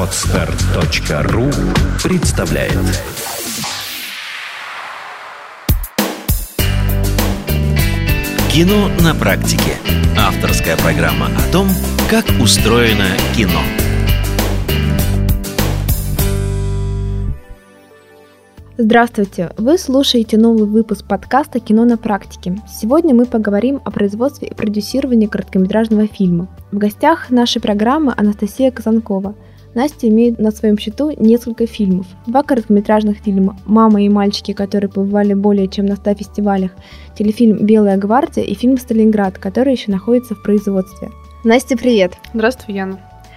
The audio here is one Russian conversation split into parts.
Podster.ru представляет. Кино на практике. Авторская программа о том, как устроено кино. Здравствуйте! Вы слушаете новый выпуск подкаста «Кино на практике». Сегодня мы поговорим о производстве и продюсировании короткометражного фильма. В гостях нашей программы Анастасия Казанкова. Настя имеет на своем счету несколько фильмов. 2 короткометражных фильма «Мама и мальчики», которые побывали более чем на 100 фестивалях, телефильм «Белая гвардия» и фильм «Сталинград», который еще находится в производстве. Настя, привет! Здравствуй, Яна.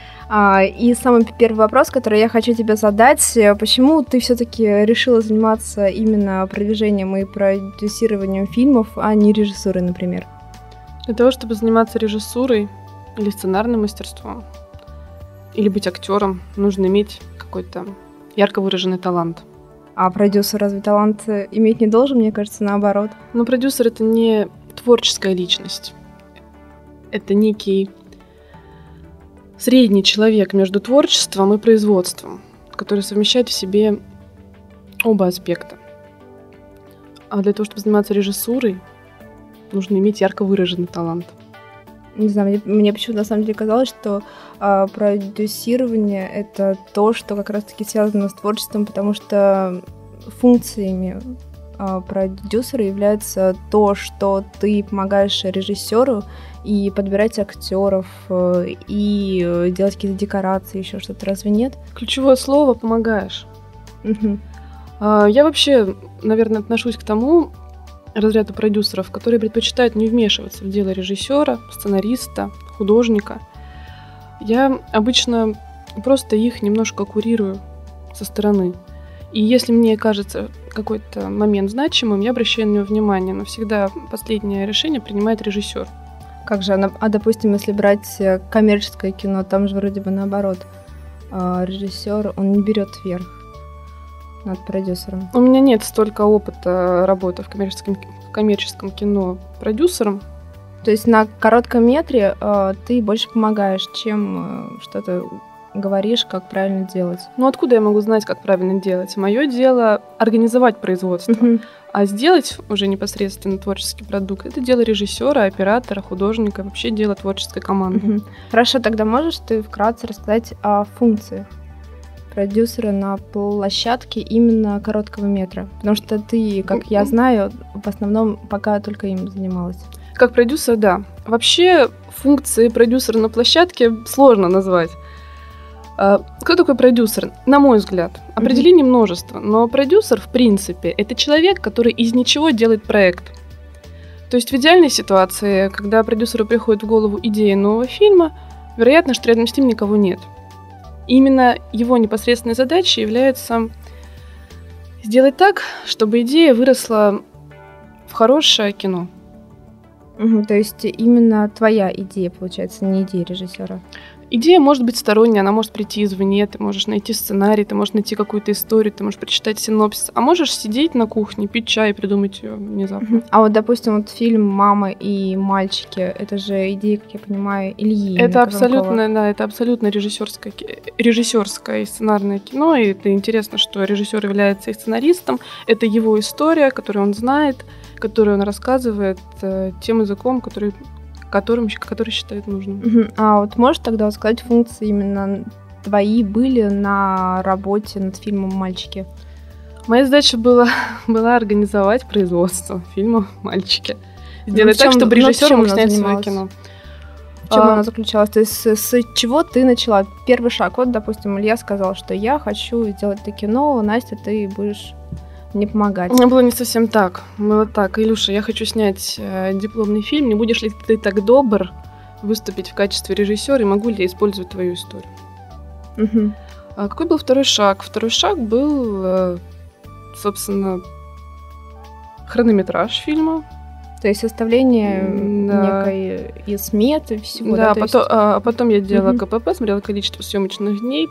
И самый первый вопрос, который я хочу тебе задать, почему ты все-таки решила заниматься именно продвижением и продюсированием фильмов, а не режиссурой, например? Для того, чтобы заниматься режиссурой или сценарным мастерством, или быть актером, нужно иметь какой-то ярко выраженный талант. А продюсер разве талант иметь не должен? Мне кажется, наоборот. Но продюсер — это не творческая личность. Это некий средний человек между творчеством и производством, который совмещает в себе оба аспекта. А для того, чтобы заниматься режиссурой, нужно иметь ярко выраженный талант. Не знаю, мне почему-то на самом деле казалось, что продюсирование — это то, что как раз-таки связано с творчеством, потому что функциями продюсера является то, что ты помогаешь режиссеру и подбирать актеров, и делать какие-то декорации, еще что-то. Разве нет? Ключевое слово «помогаешь». Угу. Я вообще, наверное, отношусь к тому разряду продюсеров, которые предпочитают не вмешиваться в дело режиссера, сценариста, художника. Я обычно просто их немножко курирую со стороны. И если мне кажется какой-то момент значимым, я обращаю на него внимание, но всегда последнее решение принимает режиссер. Как же, допустим, если брать коммерческое кино, там же вроде бы наоборот. Режиссер, он не берет верх над продюсером. У меня нет столько опыта работы в коммерческом кино продюсером. То есть на коротком метре ты больше помогаешь, чем что-то говоришь, как правильно делать. Ну откуда я могу знать, как правильно делать? Мое дело организовать производство, а сделать уже непосредственно творческий продукт — это дело режиссера, оператора, художника, вообще дело творческой команды. Хорошо, тогда можешь ты вкратце рассказать о функции продюсера на площадке именно короткого метра? Потому что ты, как я знаю, в основном пока только им занималась. Как продюсер, да. Вообще функции продюсера на площадке сложно назвать. Кто такой продюсер? На мой взгляд, определений множество, но продюсер, в принципе, это человек, который из ничего делает проект. То есть в идеальной ситуации, когда продюсеру приходит в голову идея нового фильма, вероятно, что рядом с ним никого нет. И именно его непосредственной задачей является сделать так, чтобы идея выросла в хорошее кино. То есть именно твоя идея, получается, не идея режиссера. Идея может быть сторонняя, она может прийти извне, ты можешь найти сценарий, ты можешь найти какую-то историю, ты можешь прочитать синопсис, а можешь сидеть на кухне, пить чай и придумать ее внезапно. А вот, допустим, вот фильм «Мама и мальчики», это же идея, как я понимаю, Ильи. Это абсолютно, да, это абсолютно режиссерское и сценарное кино, и это интересно, что режиссер является и сценаристом, это его история, которую он знает, которую он рассказывает тем языком, который считает нужным. А вот можешь тогда сказать, функции именно твои были на работе над фильмом «Мальчики»? Моя задача была организовать производство фильма «Мальчики». Сделать так, чтобы режиссер мог снять свое кино. В чем она заключалась? То есть с чего ты начала? Первый шаг. Вот, допустим, Илья сказал, что я хочу сделать это кино, Настя, ты будешь мне помогать. Было не совсем так. Было так: Илюша, я хочу снять дипломный фильм, не будешь ли ты так добр выступить в качестве режиссера, и могу ли я использовать твою историю? Какой был второй шаг? Второй шаг был, собственно, хронометраж фильма. То есть составление некой и сметы всего. Да, потом я делала КПП, смотрела количество съемочных дней.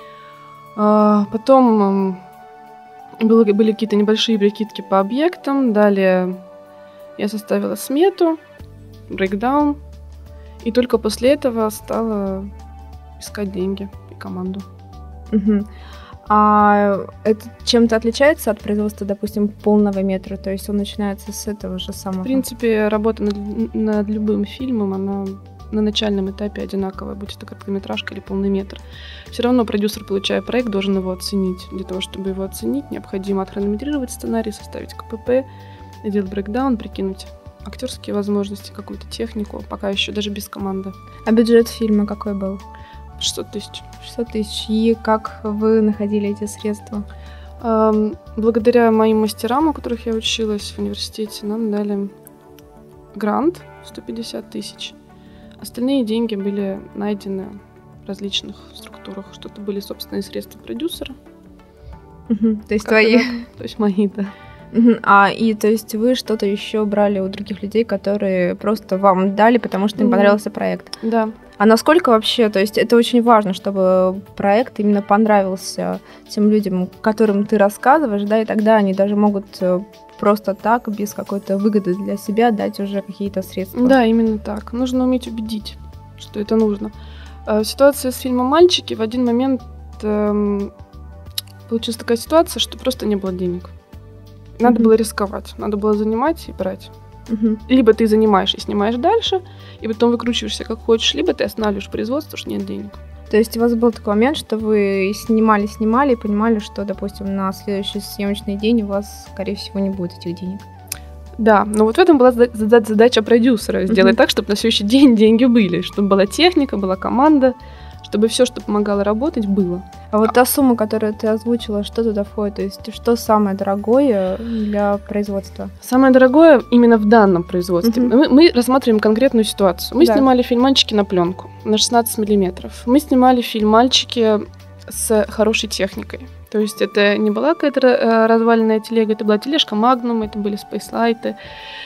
Потом были какие-то небольшие прикидки по объектам. Далее я составила смету, брейкдаун. И только после этого стала искать деньги и команду. Мгм. А это чем-то отличается от производства, допустим, полного метра? То есть он начинается с этого же самого? В принципе, работа над любым фильмом, она на начальном этапе одинаковая, будь это короткометражка или полный метр. Все равно продюсер, получая проект, должен его оценить. Для того, чтобы его оценить, необходимо отхронометрировать сценарий, составить КПП, сделать брейкдаун, прикинуть актерские возможности, какую-то технику, пока еще даже без команды. А бюджет фильма какой был? 600 тысяч. 600 тысяч. И как вы находили эти средства? Благодаря моим мастерам, у которых я училась в университете, нам дали грант 150 тысяч. Остальные деньги были найдены в различных структурах. Что-то были собственные средства продюсера. То есть твои? То есть мои, да. То есть вы что-то еще брали у других людей, которые просто вам дали, потому что им понравился проект? Да. А насколько вообще, то есть это очень важно, чтобы проект именно понравился тем людям, которым ты рассказываешь, да, и тогда они даже могут просто так, без какой-то выгоды для себя, дать уже какие-то средства. Да, именно так. Нужно уметь убедить, что это нужно. Ситуация с фильмом «Мальчики» в один момент получилась такая ситуация, что просто не было денег. Надо было рисковать, надо было занимать и брать. Либо ты занимаешь и снимаешь дальше, и потом выкручиваешься как хочешь, либо ты останавливаешь производство, что нет денег. То есть у вас был такой момент, что вы снимали и понимали, что, допустим, на следующий съемочный день у вас, скорее всего, не будет этих денег? Да, но вот в этом была задача продюсера, сделать так, чтобы на следующий день деньги были, чтобы была техника, была команда, чтобы все, что помогало работать, было. А вот та сумма, которую ты озвучила, что туда входит? То есть что самое дорогое для производства? Самое дорогое именно в данном производстве. Мы рассматриваем конкретную ситуацию. Мы снимали фильм «Мальчики» на пленку на 16 миллиметров. Мы снимали фильм «Мальчики» с хорошей техникой. То есть это не была какая-то разваленная телега, это была тележка «Магнум», это были спейслайты.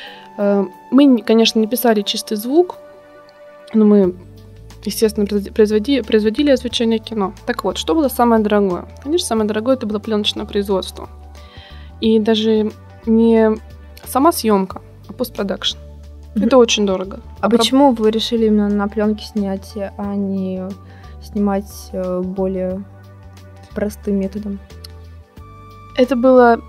Мы, конечно, не писали чистый звук, но мы, естественно, производили озвучение кино. Так вот, что было самое дорогое? Конечно, самое дорогое это было пленочное производство. И даже не сама съемка, а постпродакшн. Это очень дорого. А почему вы решили именно на пленке снять, а не снимать более простым методом? Это было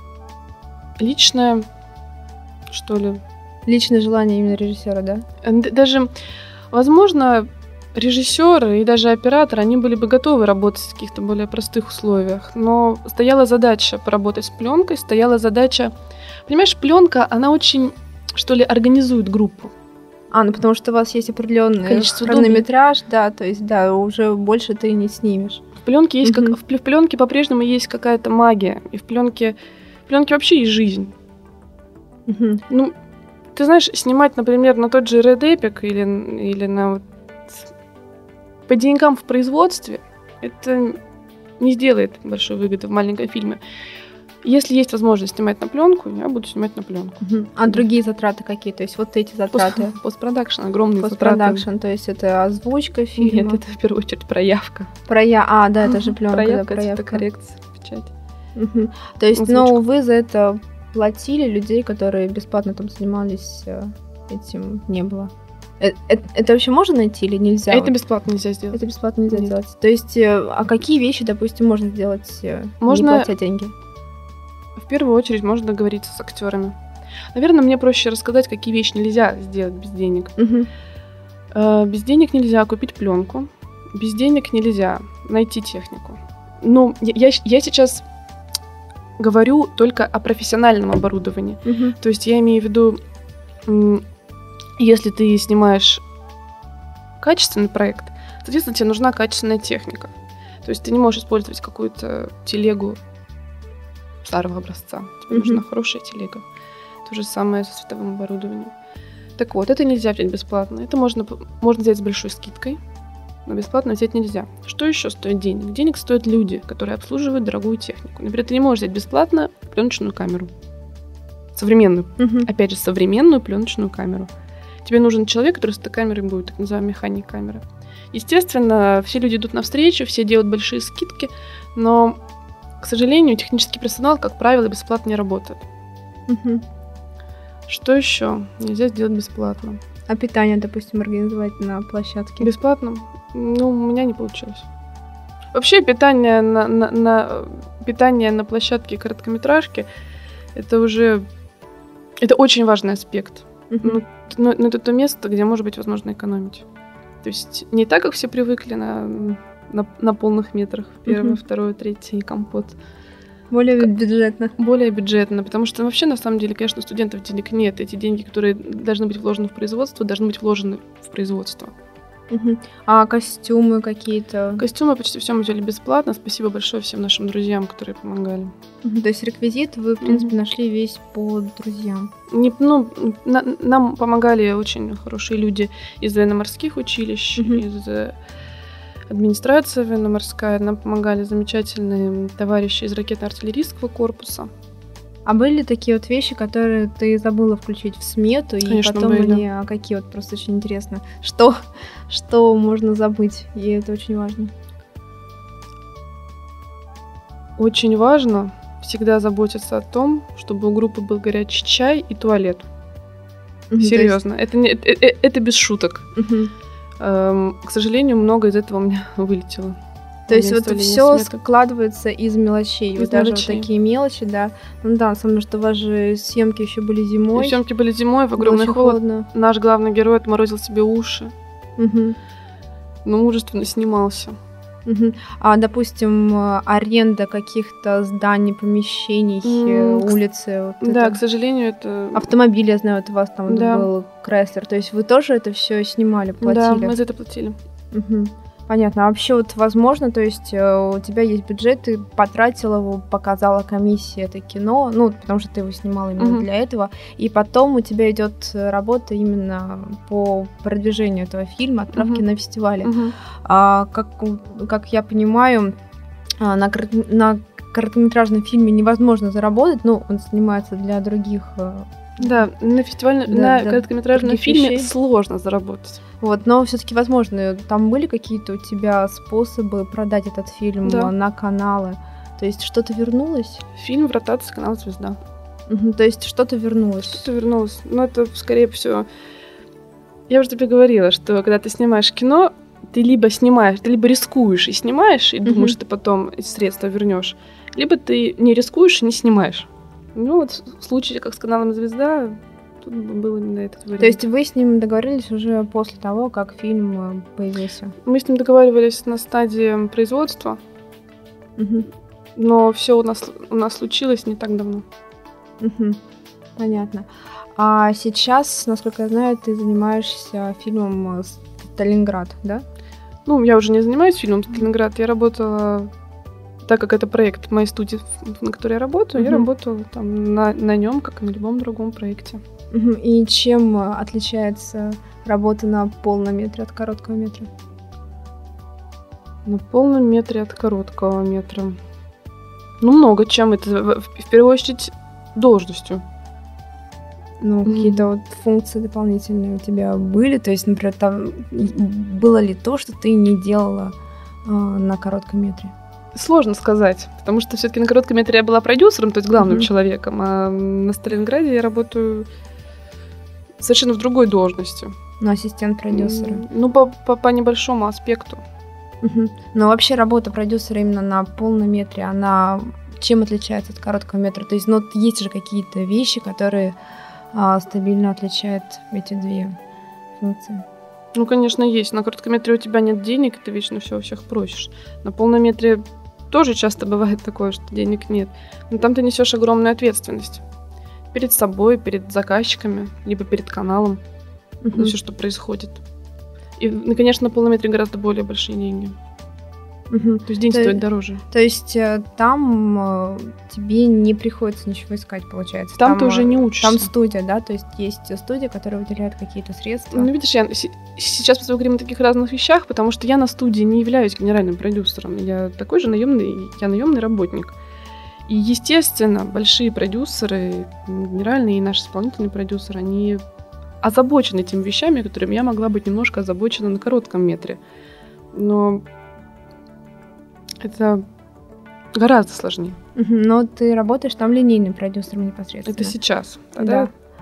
личное, что ли? Личное желание именно режиссера, да? Даже, возможно, режиссеры и даже операторы, они были бы готовы работать в каких-то более простых условиях, но стояла задача поработать с пленкой, стояла задача... Понимаешь, пленка, она очень, что ли, организует группу. Потому что у вас есть определенный хронометраж, да, то есть, да, уже больше ты не снимешь. В пленке есть в пленке по-прежнему есть какая-то магия, и в пленке вообще есть жизнь. Ну, ты знаешь, снимать, например, на тот же Red Epic или на по деньгам в производстве, это не сделает большой выгоды в маленьком фильме. Если есть возможность снимать на пленку, я буду снимать на пленку. А другие затраты какие? То есть вот эти затраты? Постпродакшн, огромные затраты. То есть это озвучка фильма? Нет, это в первую очередь проявка. Да, это же пленка. Проявка, цветокоррекция, печать. То есть, но вы за это платили, людей, которые бесплатно там занимались, этим не было? Это вообще можно найти или нельзя? Это бесплатно нельзя сделать. Это бесплатно нельзя сделать. То есть, а какие вещи, допустим, можно сделать, не платя деньги? В первую очередь можно договориться с актерами. Наверное, мне проще рассказать, какие вещи нельзя сделать без денег. Без денег нельзя купить пленку, без денег нельзя найти технику. Но я сейчас говорю только о профессиональном оборудовании. То есть я имею в виду, если ты снимаешь качественный проект, соответственно, тебе нужна качественная техника. То есть ты не можешь использовать какую-то телегу старого образца. Тебе нужна хорошая телега. То же самое со световым оборудованием. Так вот, это нельзя взять бесплатно. Это можно взять с большой скидкой, но бесплатно взять нельзя. Что еще стоит денег? Денег стоят люди, которые обслуживают дорогую технику. Например, ты не можешь взять бесплатно пленочную камеру. Современную. Опять же, современную пленочную камеру. Тебе нужен человек, который с этой камерой будет, так называемая механик камеры. Естественно, все люди идут навстречу, все делают большие скидки, но, к сожалению, технический персонал, как правило, бесплатно не работает. Что еще нельзя сделать бесплатно? А питание, допустим, организовать на площадке? Бесплатно? Ну, у меня не получилось. Вообще питание на площадке короткометражки это очень важный аспект. Но это то место, где, может быть, возможно экономить. То есть не так, как все привыкли на полных метрах, первое, второе, третье и компот. Более бюджетно. Более бюджетно, потому что вообще, на самом деле, конечно, у студентов денег нет. Эти деньги, которые должны быть вложены в производство, должны быть вложены в производство. А костюмы какие-то? Костюмы почти все мы взяли бесплатно. Спасибо большое всем нашим друзьям, которые помогали. То есть реквизит вы, в принципе, нашли весь по друзьям? Нам помогали очень хорошие люди из военно-морских училищ, из администрации военно-морская. Нам помогали замечательные товарищи из ракетно-артиллерийского корпуса. А были такие вот вещи, которые ты забыла включить в смету, Конечно, и потом были. они, какие вот, просто очень интересно, что можно забыть, и это очень важно. Очень важно всегда заботиться о том, чтобы у группы был горячий чай и туалет. Серьезно, это без шуток. К сожалению, много из этого у меня вылетело. То есть вот все складывается из мелочей. Из вот даже мелочей. вот такие мелочи, да. Ну да, особенно, что у вас же съемки еще были зимой. Съемки были зимой, в огромный очень холод. холодно. Наш главный герой отморозил себе уши, но мужественно снимался. А, допустим, аренда каких-то зданий, помещений, улицы. Вот Да, это. к сожалению, это... Автомобили, я знаю, вот у вас там Да. был Креслер. То есть вы тоже это все снимали, платили? Да, мы за это платили. Понятно. А вообще вот возможно, то есть у тебя есть бюджет, ты потратила его, показала комиссии это кино, ну, потому что ты его снимала именно для этого, и потом у тебя идет работа именно по продвижению этого фильма, отправке на фестивале. А как я понимаю, на короткометражном фильме невозможно заработать, ну, он снимается для других... Да, на короткометражном фильме сложно заработать. Вот, но все-таки возможно. Там были какие-то у тебя способы продать этот фильм на каналы? То есть что-то вернулось? Фильм в ротации канала «Звезда». То есть что-то вернулось? Что-то вернулось. Но это, скорее всего... Я уже тебе говорила, что когда ты снимаешь кино, ты либо рискуешь и снимаешь, и думаешь, что ты потом эти средства вернешь, либо ты не рискуешь и не снимаешь. Ну вот в случае, как с каналом «Звезда», тут был именно этот вариант. То есть вы с ним договорились уже после того, как фильм появился? Мы с ним договаривались на стадии производства, но все у нас случилось не так давно. Понятно. А сейчас, насколько я знаю, ты занимаешься фильмом «Сталинград», да? Ну, я уже не занимаюсь фильмом «Сталинград», я работала... Так как это проект моей студии, на которой я работаю, я работала там на нем, как и на любом другом проекте. И чем отличается работа на полном метре от короткого метра? На полном метре от короткого метра. Ну, много чем. Это в первую очередь должностью. Ну, какие-то вот функции дополнительные у тебя были? То есть, например, там было ли то, что ты не делала на коротком метре? Сложно сказать, потому что все-таки на коротком метре я была продюсером, то есть главным человеком, а на Сталинграде я работаю совершенно в другой должности. Ну, ассистент продюсера. Ну, по небольшому аспекту. Но вообще работа продюсера именно на полном метре, она чем отличается от короткого метра? То есть, ну, есть же какие-то вещи, которые стабильно отличают эти две функции. Ну, конечно, есть. На коротком метре у тебя нет денег, и ты вечно все у всех просишь. На полном метре тоже часто бывает такое, что денег нет. Но там ты несешь огромную ответственность. Перед собой, перед заказчиками, либо перед каналом. За все, что происходит. И, конечно, на полном метре гораздо более большие деньги. То есть день стоит дороже. То есть там тебе не приходится ничего искать, получается. Там ты уже не учишься. Там студия, да? То есть студия, которая выделяет какие-то средства. Ну, видишь, сейчас мы говорим о таких разных вещах, потому что я на студии не являюсь генеральным продюсером. Я такой же наемный работник. И, естественно, большие продюсеры, генеральные и наш исполнительный продюсер, они озабочены теми вещами, которыми я могла быть немножко озабочена на коротком метре. Но это гораздо сложнее. Но ты работаешь там линейным продюсером непосредственно. Это сейчас. Да.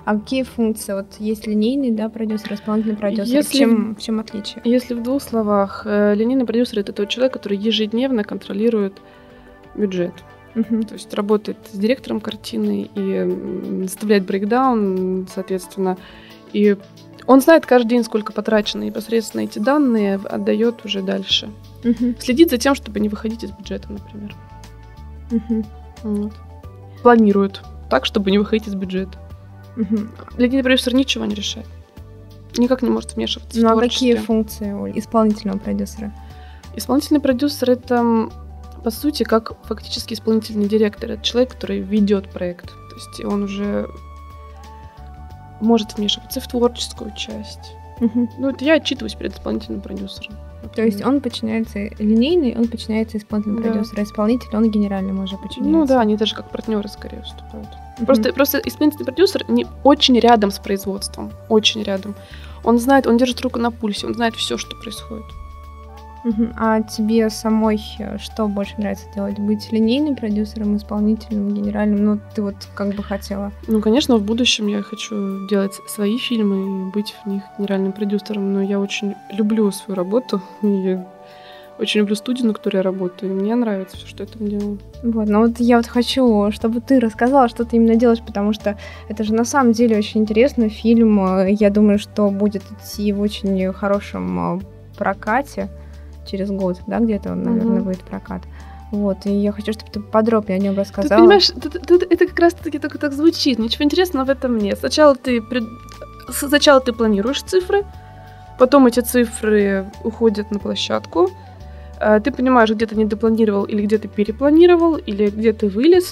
А какие функции? Вот есть линейный, да, продюсер, исполнительный продюсер. Если В чем отличие? Если в двух словах, линейный продюсер — это тот человек, который ежедневно контролирует бюджет. То есть работает с директором картины и составляет брейкдаун, соответственно. И он знает каждый день, сколько потрачено, и непосредственно эти данные отдает уже дальше. Следит за тем, чтобы не выходить из бюджета, например. Вот. Планирует так, чтобы не выходить из бюджета. Линейный продюсер ничего не решает. Никак не может вмешиваться в Ну а творчестве. какие функции у исполнительного продюсера? Исполнительный продюсер — это, по сути, как фактически исполнительный директор. Это человек, который ведет проект. То есть он уже может вмешиваться в творческую часть. Ну, это я отчитываюсь перед исполнительным продюсером. То есть он подчиняется линейный, он подчиняется исполнительному Да. продюсеру, а исполнитель, он генеральному уже подчиняется. Ну да, они даже как партнеры скорее выступают. Просто исполнительный продюсер не очень рядом с производством. Очень рядом. Он знает, он держит руку на пульсе, он знает все, что происходит. А тебе самой что больше нравится делать? Быть линейным продюсером, исполнительным, генеральным? Ну, ты вот как бы хотела. Ну, конечно, в будущем я хочу делать свои фильмы и быть в них генеральным продюсером, но я очень люблю свою работу, и очень люблю студию, на которой я работаю, и мне нравится все, что я там делаю. Вот, но вот я вот хочу, чтобы ты рассказала, что ты именно делаешь, потому что это же на самом деле очень интересный фильм. Я думаю, что будет идти в очень хорошем прокате через год, да, где-то он, наверное, будет прокат. Вот, и я хочу, чтобы ты подробнее о нем рассказала. Ты понимаешь, это как раз-таки только так звучит. Ничего интересного в этом нет. Сначала ты планируешь цифры, потом эти цифры уходят на площадку. Ты понимаешь, где ты недопланировал, или где ты перепланировал, или где ты вылез.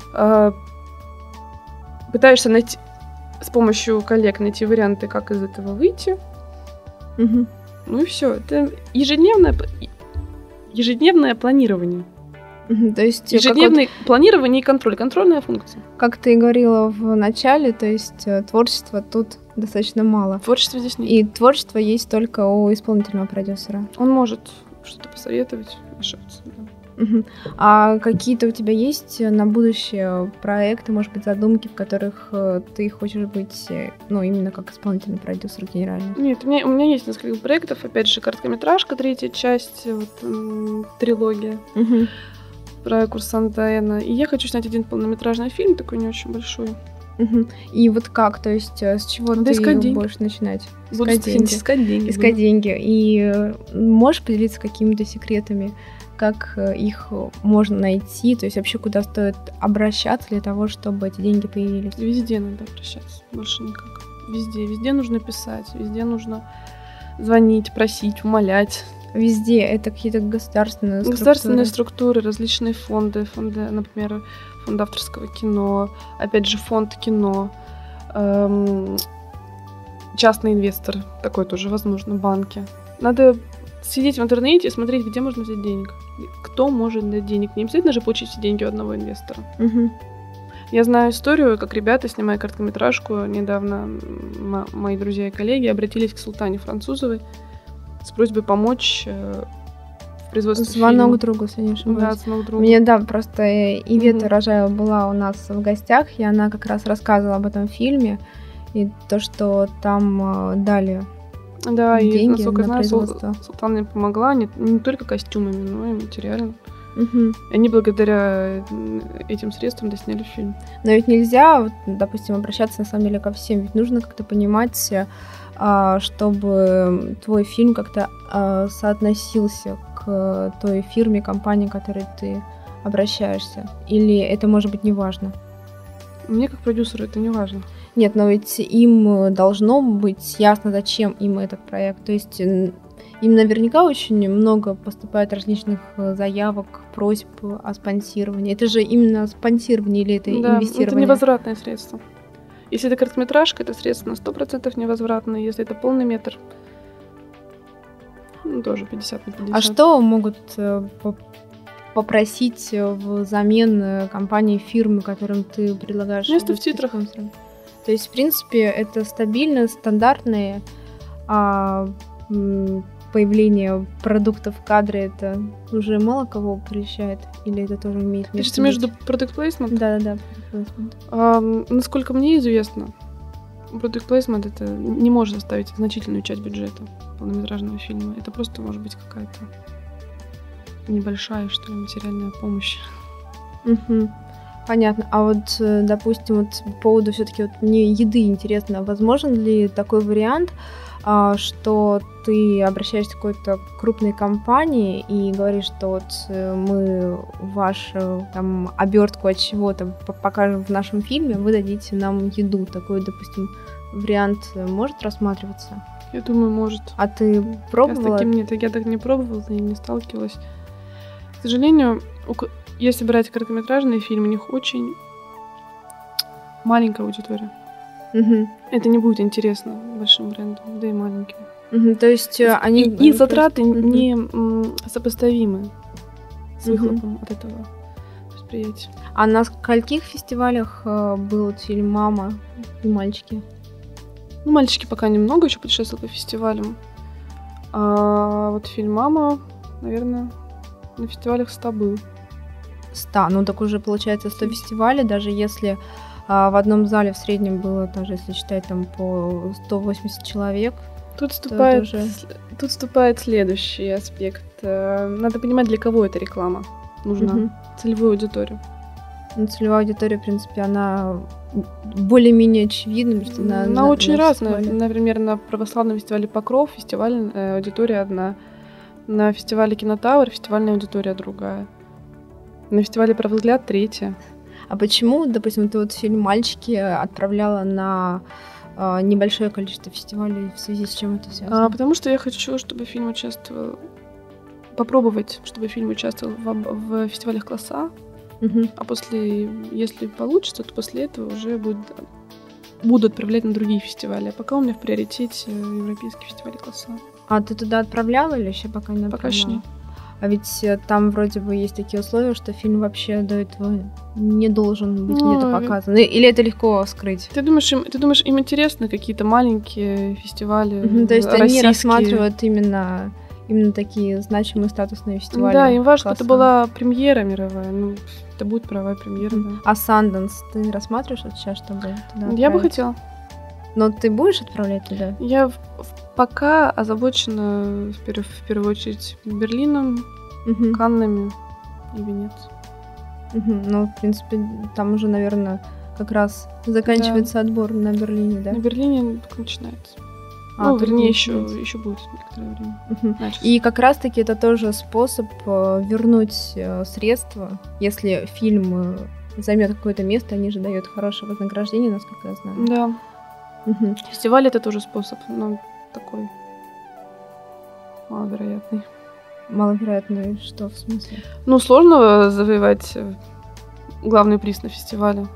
Пытаешься найти с помощью коллег найти варианты, как из этого выйти. Ну и все. Это ежедневное планирование. То есть Ежедневное планирование и контроль. Контрольная функция. Как ты и говорила в начале, то есть творчества тут достаточно мало. Творчества здесь нет. И творчество есть только у исполнительного продюсера. Он может что-то посоветовать, ошибаться. Да. А какие-то у тебя есть на будущее проекты, может быть, задумки, в которых ты хочешь быть, ну, именно как исполнительный продюсер генеральный? Нет, у меня есть несколько проектов. Опять же, короткометражка, 3-я часть, трилогия про курсанта Эна. И я хочу снять один полнометражный фильм, такой не очень большой. И вот как? То есть с чего ты будешь начинать? Искать деньги. Искать деньги. И можешь поделиться какими-то секретами, как их можно найти? То есть вообще куда стоит обращаться для того, чтобы эти деньги появились? Везде надо обращаться, больше никак. Везде нужно писать, везде нужно звонить, просить, умолять. Везде это какие-то государственные структуры, различные фонды, например, фонд авторского кино, опять же, фонд кино, частный инвестор, такой тоже возможно, банки. Надо сидеть в интернете и смотреть, где можно взять денег. Кто может дать денег. Не обязательно же получить все деньги у одного инвестора. Я знаю историю, как ребята, снимая короткометражку, недавно мои друзья и коллеги обратились к Султане Французовой с просьбой помочь в производстве звонок фильма. другу, если не ошибаюсь. Да, звонок другу. Мне, да, просто Ивета Рожаева была у нас в гостях, и она как раз рассказывала об этом фильме, и то, что там дали деньги, и, насколько я на знаю, производство. Султан мне помогла не только костюмами, но и материально. И они благодаря этим средствам досняли фильм. Но ведь нельзя, вот, допустим, обращаться на самом деле ко всем. Ведь нужно как-то понимать, чтобы твой фильм как-то соотносился к той фирме, компании, к которой ты обращаешься. Или это может быть неважно? Мне как продюсеру это не важно. Нет, но ведь им должно быть ясно, зачем им этот проект. То есть им наверняка очень много поступает различных заявок, просьб о спонсировании. Это же именно спонсирование или это инвестирование? Это невозвратное средство. Если это короткометражка, это средство на 100% невозвратное. Если это полный метр, тоже 50/50. А что могут попросить взамен компании, фирмы, которым ты предлагаешь? Место в титрах. То есть, в принципе, это стабильно, стандартные появление продуктов в кадре, это уже мало кого прельщает? Или это тоже имеет место быть? Между product placement? Да. Насколько мне известно, Product placement это не может составить значительную часть бюджета полнометражного фильма. Это просто может быть какая-то небольшая, что ли, материальная помощь. Угу. Понятно. А вот, допустим, вот по поводу все-таки вот мне еды интересно, возможен ли такой вариант, что ты обращаешься к какой-то крупной компании и говоришь, что вот мы вашу там обертку от чего-то покажем в нашем фильме, вы дадите нам еду. Такой, допустим, вариант может рассматриваться? Я думаю, может. А ты пробовала? Я так не пробовала и не сталкивалась. К сожалению, если брать короткометражные фильмы, у них очень маленькая аудитория. Угу. Это не будет интересно большим брендам, да и маленьким. Угу, то есть они... Их затраты не сопоставимы с выхлопом от этого предприятия. А на скольких фестивалях был фильм «Мама» и «Мальчики»? Ну, «Мальчики» пока немного еще путешествовал по фестивалям. А вот фильм «Мама», наверное, на фестивалях 100 был. 100, ну так уже получается 100 фестивалей, даже если в одном зале в среднем было, даже если считать там по 180 человек. Тут вступает следующий аспект. Надо понимать, для кого эта реклама нужна. Целевую аудиторию. Ну, целевая аудитория, в принципе, она более-менее очевидна. Она очень разная. Например, на православном фестивале «Покров» фестивальная аудитория одна. На фестивале «Кинотавр» фестивальная аудитория другая. На фестивале «Правовзгляд» третья. А почему, допустим, ты вот фильм «Мальчики» отправляла на небольшое количество фестивалей, в связи с чем это связано? Потому что я хочу, чтобы фильм участвовал... Попробовать, чтобы фильм участвовал в фестивалях класса А. А после, если получится, то после этого уже буду отправлять на другие фестивали. А пока у меня в приоритете европейские фестивали класса А. А ты туда отправляла или еще пока не отправляла? Пока еще нет. А ведь там вроде бы есть такие условия, что фильм вообще до этого не должен быть где-то показан. Или это легко скрыть? Ты думаешь, им интересны какие-то маленькие фестивали? То есть они рассматривают именно такие значимые статусные фестивали? Да, им важно, чтобы это была премьера мировая. Ну, это будет правая премьера, да. А Sundance ты рассматриваешь вот сейчас, чтобы туда отправить? Я бы хотела. Но ты будешь отправлять туда? Я пока озабочена в первую очередь Берлином, Каннами и Венецией. Ну, в принципе, там уже, наверное, как раз заканчивается отбор на Берлине, да? На Берлине только начинается. Вернее, еще будет некоторое время. И как раз-таки это тоже способ вернуть средства. Если фильм займет какое-то место, они же дают хорошее вознаграждение, насколько я знаю. Да. Фестиваль — это тоже способ, но такой маловероятный. Маловероятный что, в смысле? Ну, сложно завоевать главный приз на фестивале.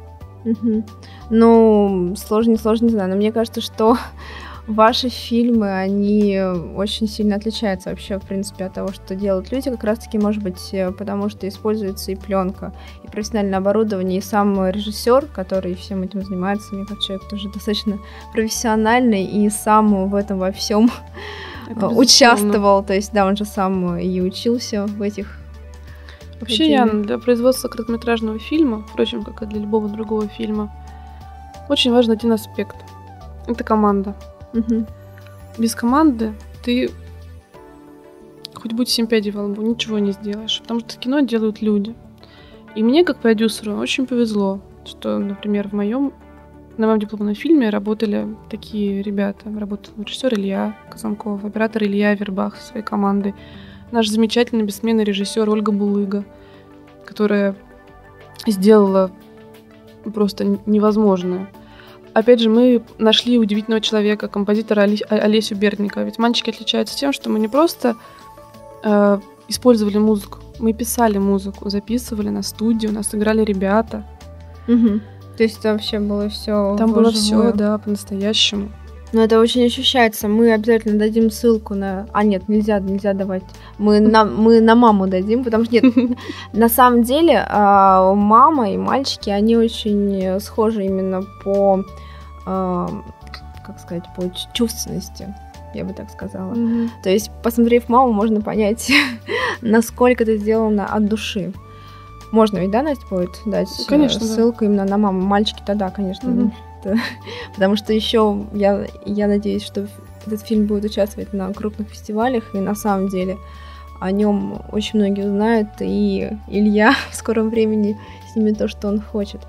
Ну, сложно, не знаю, но мне кажется, что ваши фильмы, они очень сильно отличаются вообще, в принципе, от того, что делают люди, как раз-таки, может быть, потому что используется и пленка, и профессиональное оборудование, и сам режиссер, который всем этим занимается, мне кажется, человек тоже достаточно профессиональный, и сам в этом во всем участвовал, то есть, да, он же сам и учился в этих... Вообще, Яна, для производства короткометражного фильма, впрочем, как и для любого другого фильма, очень важен один аспект. Это команда. Без команды ты хоть будь 7 пядей во лбу, ничего не сделаешь, потому что кино делают люди. И мне, как продюсеру, очень повезло, что, например, на моем дипломном фильме работали такие ребята. Работал режиссер Илья Казанков, оператор Илья Вербах со своей командой, наш замечательный бессменный режиссер Ольга Булыга, которая сделала просто невозможное. Опять же, мы нашли удивительного человека, композитора Олесю Бердникова. Ведь «Мальчики» отличаются тем, что мы не просто использовали музыку, мы писали музыку, записывали на студии, у нас играли ребята. То есть там вообще было все. Там было все, да, по-настоящему. Но это очень ощущается. Мы обязательно дадим ссылку на... нет, нельзя давать. Мы на «Маму» дадим, потому что нет, на самом деле «Мама» и «Мальчики», они очень схожи именно по, как сказать, по чувственности, я бы так сказала. То есть, посмотрев «Маму», можно понять, насколько это сделано от души. Можно ведь, да, Настя, будет дать ссылку именно на «Маму». «Мальчики»-то, да, конечно. потому что еще я надеюсь, что этот фильм будет участвовать на крупных фестивалях, и на самом деле о нем очень многие узнают, и Илья в скором времени снимет то, что он хочет.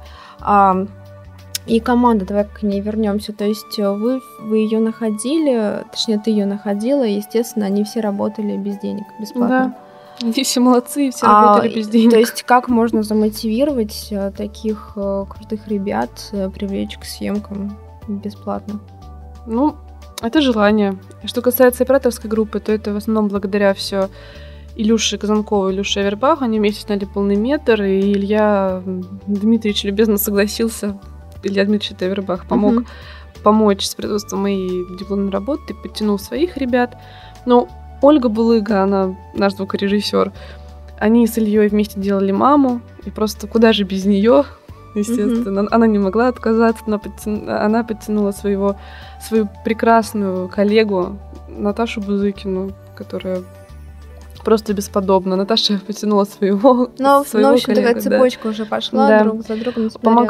И команда, давай к ней вернемся. То есть вы ее находили, точнее, ты ее находила, и, естественно, они все работали без денег, бесплатно. Да, они все молодцы, все работали без денег. То есть как можно замотивировать таких крутых ребят, привлечь к съемкам бесплатно? Ну, это желание. Что касается операторской группы, то это в основном благодаря все Илюше Казанкову и Илюше Авербаху. Они вместе сняли полный метр, и Илья Дмитриевич любезно согласился. Илья Дмитриевич Авербах помочь с производством моей дипломной работы, подтянул своих ребят. Но Ольга Булыга, она наш звукорежиссер, они с Ильей вместе делали «Маму», и просто куда же без нее, естественно. Она не могла отказаться, она подтянула свою прекрасную коллегу Наташу Бузыкину, которая просто бесподобна. Наташа потянула своего в общем, коллегу, такая цепочка уже пошла, друг за другом.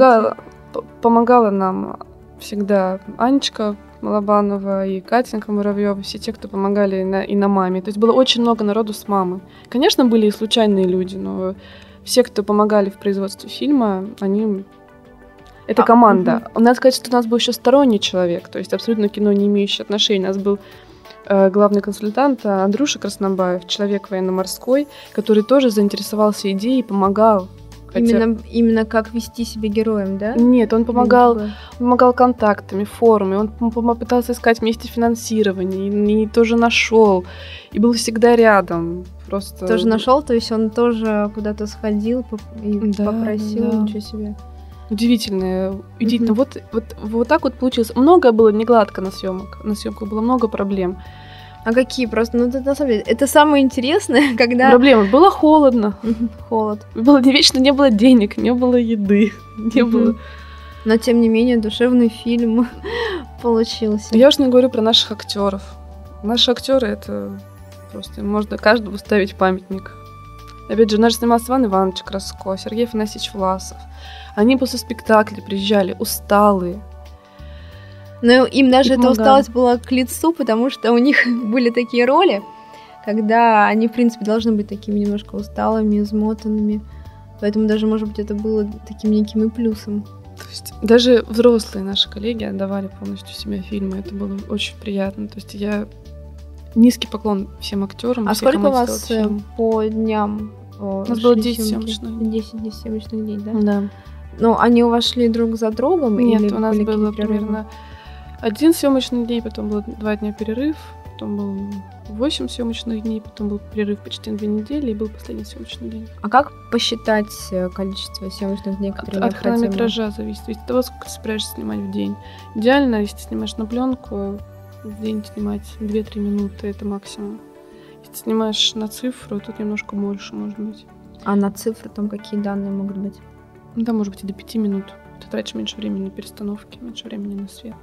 Помогала нам всегда Анечка Малабанова и Катенька Муравьева, все те, кто помогали и на «Маме». То есть было очень много народу с «Мамы». Конечно, были и случайные люди, но все, кто помогали в производстве фильма, они... Это команда. Надо сказать, что у нас был еще сторонний человек, то есть абсолютно кино не имеющий отношения. У нас был главный консультант Андрюша Краснобаев, человек военно-морской, который тоже заинтересовался идеей и помогал. Именно как вести себя героем, да? Нет, он помогал контактами, форумами, он попытался искать вместе финансирование, и тоже нашел, и был всегда рядом. Просто... Тоже нашел, то есть он тоже куда-то сходил и попросил, да. Ничего себе. Удивительно. Вот так вот получилось. Многое было не гладко на съемках было много проблем. А какие просто? Ну, на самом деле, это самое интересное, когда... Проблема. Было холодно. Холод. Было вечно, не было денег, не было еды, не было... Но, тем не менее, душевный фильм получился. Я уж не говорю про наших актеров. Наши актеры это просто... Можно каждому ставить памятник. Опять же, наш снимался Иван Иванович Краско, Сергей Афанасьевич Власов. Они после спектакля приезжали усталые. Но им даже эта усталость была к лицу, потому что у них были такие роли, когда они, в принципе, должны быть такими немножко усталыми, измотанными. Поэтому даже, может быть, это было таким неким и плюсом. То есть даже взрослые наши коллеги отдавали полностью себя фильму. Это было очень приятно. То есть я низкий поклон всем актерам. А сколько у вас по дням? У нас было 10 съемочных дней. 10 съемочных дней, да? Да. Ну, они у вас шли друг за другом? Нет, или у нас было примерно 1 съемочный день, потом было 2 дня перерыв, потом был 8 съемочных дней, потом был перерыв почти на 2 недели, и был последний съемочный день. А как посчитать количество съемочных дней, которые от хронометража зависит от того, сколько ты собираешься снимать в день. Идеально, если ты снимаешь на пленку, в день снимать 2-3 минуты, это максимум. Если ты снимаешь на цифру, тут немножко больше, может быть. А на цифры там какие данные могут быть? Ну, да, может быть, и до 5 минут. Ты тратишь меньше времени на перестановки, меньше времени на свет.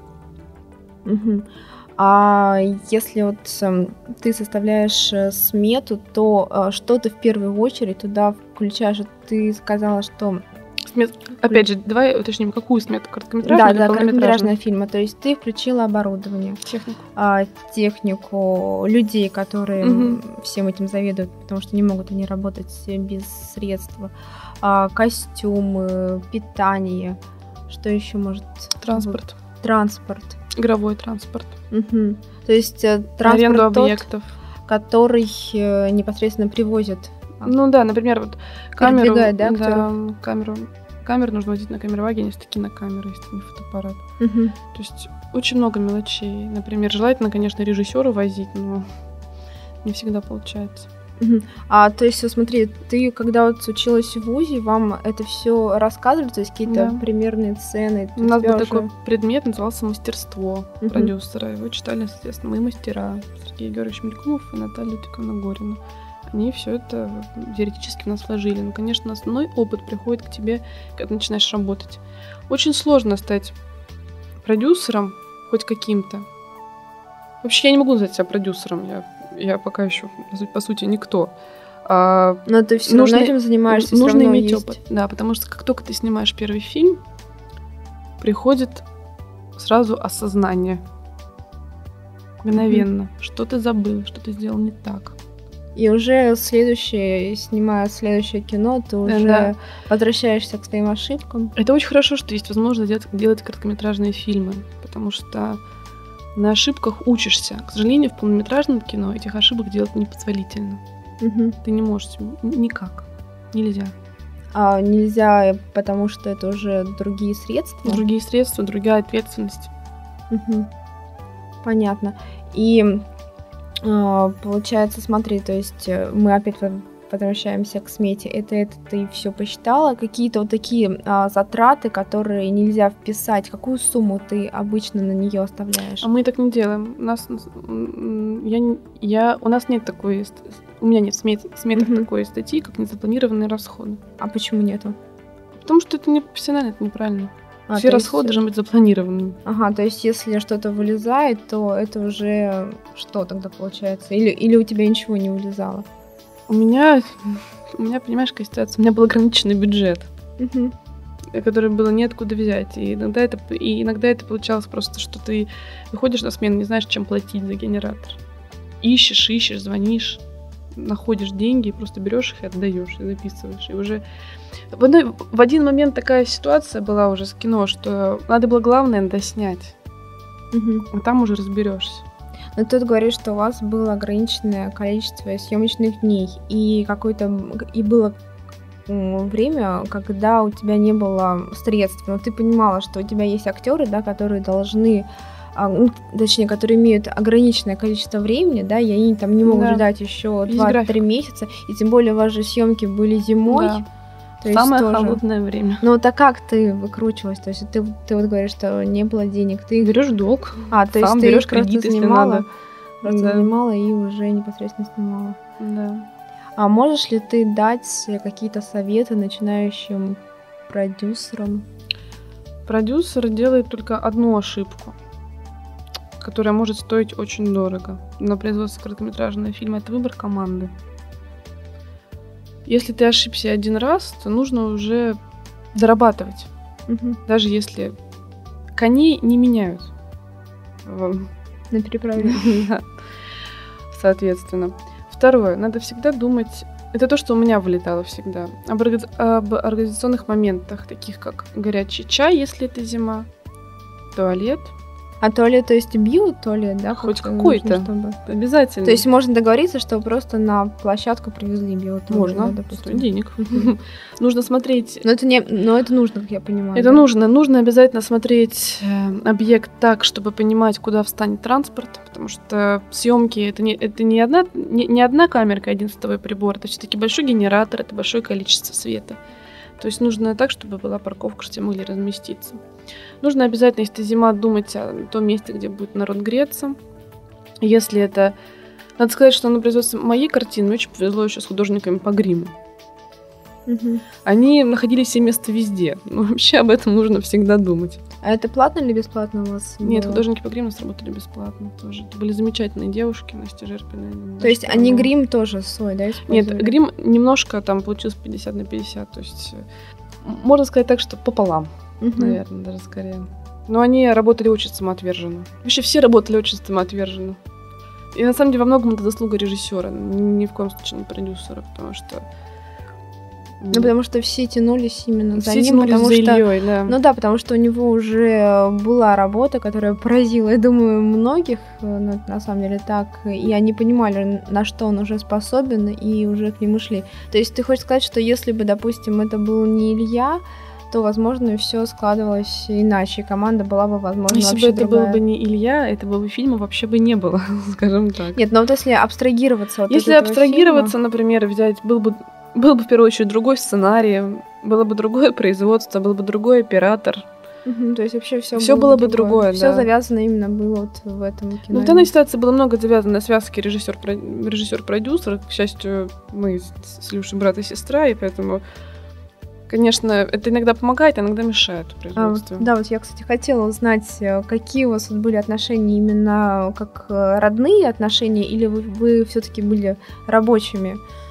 А если вот ты составляешь смету, то что ты в первую очередь туда включаешь? Ты сказала, что... Опять же, давай уточним, какую смету? Короткометражную или полнометражную? Короткометражного фильма. То есть ты включила оборудование, технику, людей, которые всем этим заведуют, потому что не могут они работать без средств, костюмы, питание, что еще может... Транспорт. Игровой транспорт. То есть транспорт объектов, который непосредственно привозит. Ну да, например, вот камеру, камеру нужно возить на камероваге, если кинокамера, если не фотоаппарат. То есть очень много мелочей. Например, желательно, конечно, режиссера возить, но не всегда получается. А то есть, смотри, ты когда вот училась в ВУЗе, вам это все рассказывали, то есть какие-то примерные цены? У нас был такой предмет, назывался мастерство продюсера. Его читали, соответственно, мои мастера Сергей Георгиевич Мелькумов и Наталья Лютиковна Горина. Они все это теоретически в нас вложили. Но, конечно, основной опыт приходит к тебе, когда начинаешь работать. Очень сложно стать продюсером, хоть каким-то. Вообще, я не могу назвать себя продюсером. Я пока еще, по сути, никто. Но ты все равно этим занимаешься, нужно иметь опыт. Да, потому что как только ты снимаешь первый фильм, приходит сразу осознание. Мгновенно. Что ты забыл, что ты сделал не так. И уже снимая следующее кино, ты уже возвращаешься к своим ошибкам. Это очень хорошо, что есть возможность делать короткометражные фильмы, потому что на ошибках учишься. К сожалению, в полнометражном кино этих ошибок делать непозволительно. Ты не можешь, никак. Нельзя. А нельзя, потому что это уже другие средства? Другие средства, другая ответственность. Понятно. И получается, смотри, то есть мы опять возвращаемся к смете. Это ты все посчитала? Какие-то вот такие затраты, которые нельзя вписать? Какую сумму ты обычно на нее оставляешь? А мы так не делаем. У нас нет такой... У меня нет в сметах такой статьи, как незапланированные расходы. А почему нету? Потому что это не профессионально, это неправильно. Все расходы должны быть запланированными. Ага, то есть если что-то вылезает, то это уже что тогда получается? Или у тебя ничего не вылезало? У меня, понимаешь, какая ситуация? У меня был ограниченный бюджет, который было неоткуда взять. И иногда это получалось просто, что ты выходишь на смену, не знаешь, чем платить за генератор. Ищешь, звонишь, находишь деньги, и просто берешь их и отдаешь, и записываешь. И уже в один момент такая ситуация была уже с кино, что надо было главное доснять. А там уже разберешься. Но тут говоришь, что у вас было ограниченное количество съемочных дней, и было время, когда у тебя не было средств, но ты понимала, что у тебя есть актеры, да, которые должны, которые имеют ограниченное количество времени, да, и они там не могут ждать еще 2-3 месяца, и тем более у вас же съемки были зимой. Да. Самое холодное время. Ну, так как ты выкручивалась? То есть ты вот говоришь, что не было денег, ты берешь долг. То есть ты берешь кредит, если надо. Снимала и уже непосредственно снимала. Да. А можешь ли ты дать какие-то советы начинающим продюсерам? Продюсер делает только одну ошибку, которая может стоить очень дорого на производстве короткометражного фильма. Это выбор команды. Если ты ошибся один раз, то нужно уже зарабатывать. Даже если коней не меняют. На переправе. Да. Соответственно. Второе. Надо всегда думать... Это то, что у меня вылетало всегда. Об организационных моментах, таких как горячий чай, если это зима, туалет. А туалет, то есть биотуалет, да? Хоть какой-то. Чтобы... Обязательно. То есть можно договориться, что просто на площадку привезли биотуалет? Можно, да, стоит денег. Нужно смотреть... Но это нужно, как я понимаю. Это нужно. Нужно обязательно смотреть объект так, чтобы понимать, куда встанет транспорт, потому что съемки это не одна камерка, один световой прибор, это все-таки большой генератор, это большое количество света. То есть нужно так, чтобы была парковка, чтобы могли разместиться. Нужно обязательно, если зима, думать о том месте, где будет народ греться. Если это... Надо сказать, что на производстве моей картины мне очень повезло еще с художниками по гриму. Они находили себе место везде. Но вообще об этом нужно всегда думать. А это платно или бесплатно у вас? Нет, художники по гриму у нас работали бесплатно тоже. Это были замечательные девушки, Настя Жерпина. То есть они грим тоже свой, да, использовали? Нет, грим немножко там получился 50/50. То есть можно сказать так, что пополам, наверное, даже скорее. Но они работали очень самоотверженно. Вообще все работали очень самоотверженно. И на самом деле во многом это заслуга режиссера, ни в коем случае не продюсера, потому что... потому что все тянулись именно за ним, тянулись потому за что... Ильей, да. Ну да, потому что у него уже была работа, которая поразила, я думаю, многих, на самом деле так, и они понимали, на что он уже способен, и уже к нему шли. То есть ты хочешь сказать, что если бы, допустим, это был не Илья, то, возможно, все складывалось иначе, и команда была бы, возможно, если вообще бы это другая. был бы не Илья, этого бы фильма вообще бы не было, скажем так. Нет, но вот если абстрагироваться от если этого абстрагироваться, фильма... например, взять, был бы в первую очередь другой сценарий, было бы другое производство, был бы другой оператор. То есть вообще все было бы другое, Все завязано именно было вот в этом кино. Ну, в данной ситуации было много завязано на связке режиссер-продюсер. К счастью, мы с Илюшей брат и сестра, и поэтому, конечно, это иногда помогает, а иногда мешает производству. Да, вот я, кстати, хотела узнать, какие у вас были отношения именно как родные отношения, или вы все-таки были рабочими?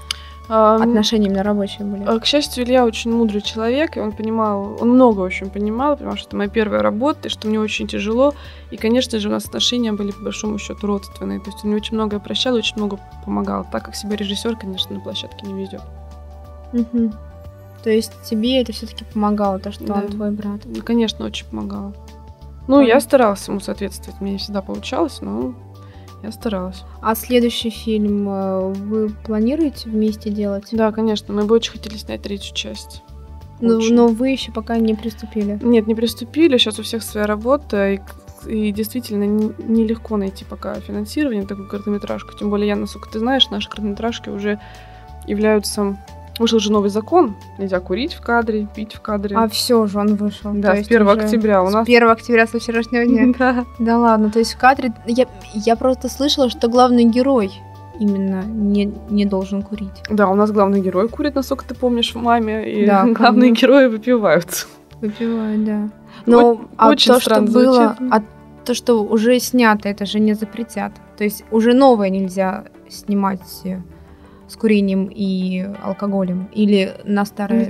отношения именно рабочие были? К счастью, Илья очень мудрый человек, и он много очень понимал, потому что это моя первая работа, и что мне очень тяжело. И, конечно же, у нас отношения были, по большому счету, родственные. То есть он мне очень многое прощал, очень много помогал. Так как себе режиссер, конечно, на площадке не везет. Угу. То есть тебе это все-таки помогало, то, что он твой брат? Ну, конечно, очень помогало. Я старалась ему соответствовать. Мне не всегда получалось, но я старалась. А следующий фильм вы планируете вместе делать? Да, конечно. Мы бы очень хотели снять 3-ю часть. Но вы еще пока не приступили? Нет, не приступили. Сейчас у всех своя работа. И действительно нелегко найти пока финансирование на такую короткометражку. Тем более, насколько ты знаешь, наши короткометражки уже являются... Вышел же новый закон. Нельзя курить в кадре, пить в кадре. А все же он вышел. Да, с 1 октября у нас. С 1 октября, со вчерашнего дня. Да. Да ладно, то есть в кадре... Я просто слышала, что главный герой именно не должен курить. Да, у нас главный герой курит, насколько ты помнишь, в «Маме». И да, главные герои выпивают. Выпивают, да. Но очень то, странно что было, звучит. То, что уже снято, это же не запретят. То есть уже новое нельзя снимать с курением и алкоголем, или на старое?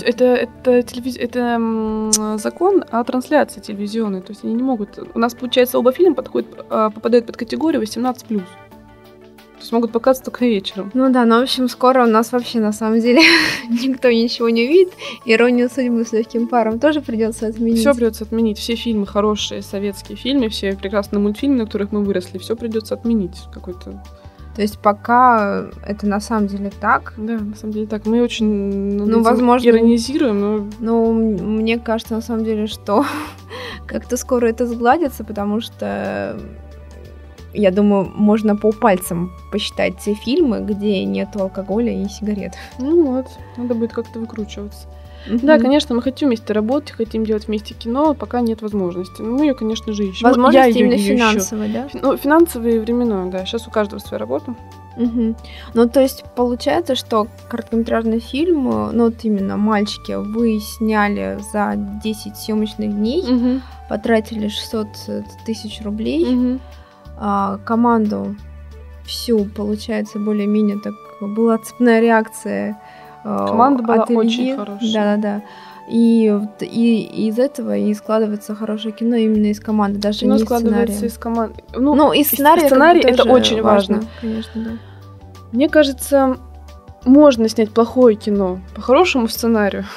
Это закон о трансляции телевизионной, то есть они не могут... У нас, получается, оба фильма попадают под категорию 18+. То есть могут показывать только вечером. Ну да, в общем, скоро у нас вообще, на самом деле, никто ничего не увидит. «Иронию судьбы» с легким паром тоже придется отменить. Все придется отменить. Все фильмы хорошие, советские фильмы, все прекрасные мультфильмы, на которых мы выросли, все придется отменить. Какой-то... То есть пока это на самом деле так. Да, на самом деле так. Мы очень возможно, иронизируем, но мне кажется, на самом деле, что как-то скоро это сгладится, потому что, я думаю, можно по пальцам посчитать те фильмы, где нет алкоголя и сигарет. Надо будет как-то выкручиваться. Да, конечно, мы хотим вместе работать, хотим делать вместе кино, пока нет возможности. Мы ее, конечно же, ищем. Возможности именно финансовые, да? Финансовые и временное, да. Сейчас у каждого своя работа. Ну, то есть, получается, что короткометражный фильм, именно «Мальчики», вы сняли за 10 съемочных дней, потратили 600 тысяч рублей, команду всю, получается, более-менее так была цепная реакция. Команда была очень хорошая. Да. И из этого и складывается хорошее кино именно из команды, даже кино не из складывается из команды. Из сценария. Сценарий это очень важно. Конечно, да. Мне кажется, можно снять плохое кино по хорошему сценарию,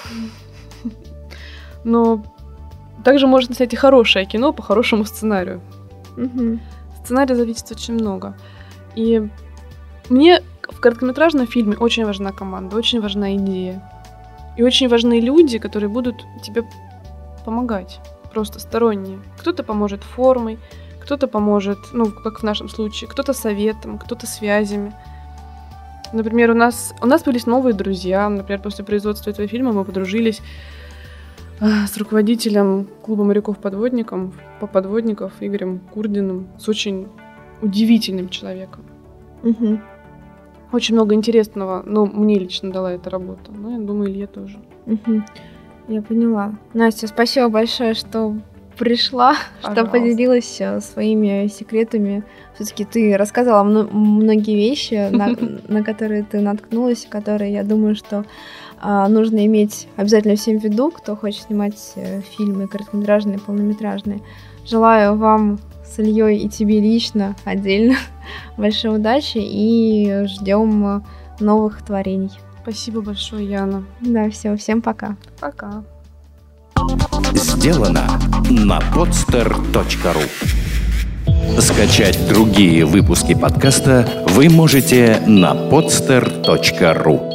но также можно снять и хорошее кино по хорошему сценарию. Сценарий зависит очень много. И мне в короткометражном фильме очень важна команда, очень важна идея. И очень важны люди, которые будут тебе помогать, просто сторонние. Кто-то поможет формой, кто-то поможет, как в нашем случае, кто-то советом, кто-то связями. Например, у нас появились новые друзья. Например, после производства этого фильма мы подружились с руководителем клуба моряков-подводников Игорем Курдиным, с очень удивительным человеком. Очень много интересного, мне лично дала эта работа. Я думаю, Илье тоже. Я поняла. Настя, спасибо большое, что пришла, что поделилась своими секретами. Все-таки ты рассказала многие вещи, на которые ты наткнулась, которые, я думаю, что нужно иметь обязательно всем в виду, кто хочет снимать фильмы короткометражные, полнометражные. Желаю вам с Ильей и тебе лично отдельно большой удачи и ждем новых творений. Спасибо большое, Яна. Да, всем пока. Пока. Сделано на podster.ru. Скачать другие выпуски подкаста вы можете на podster.ru.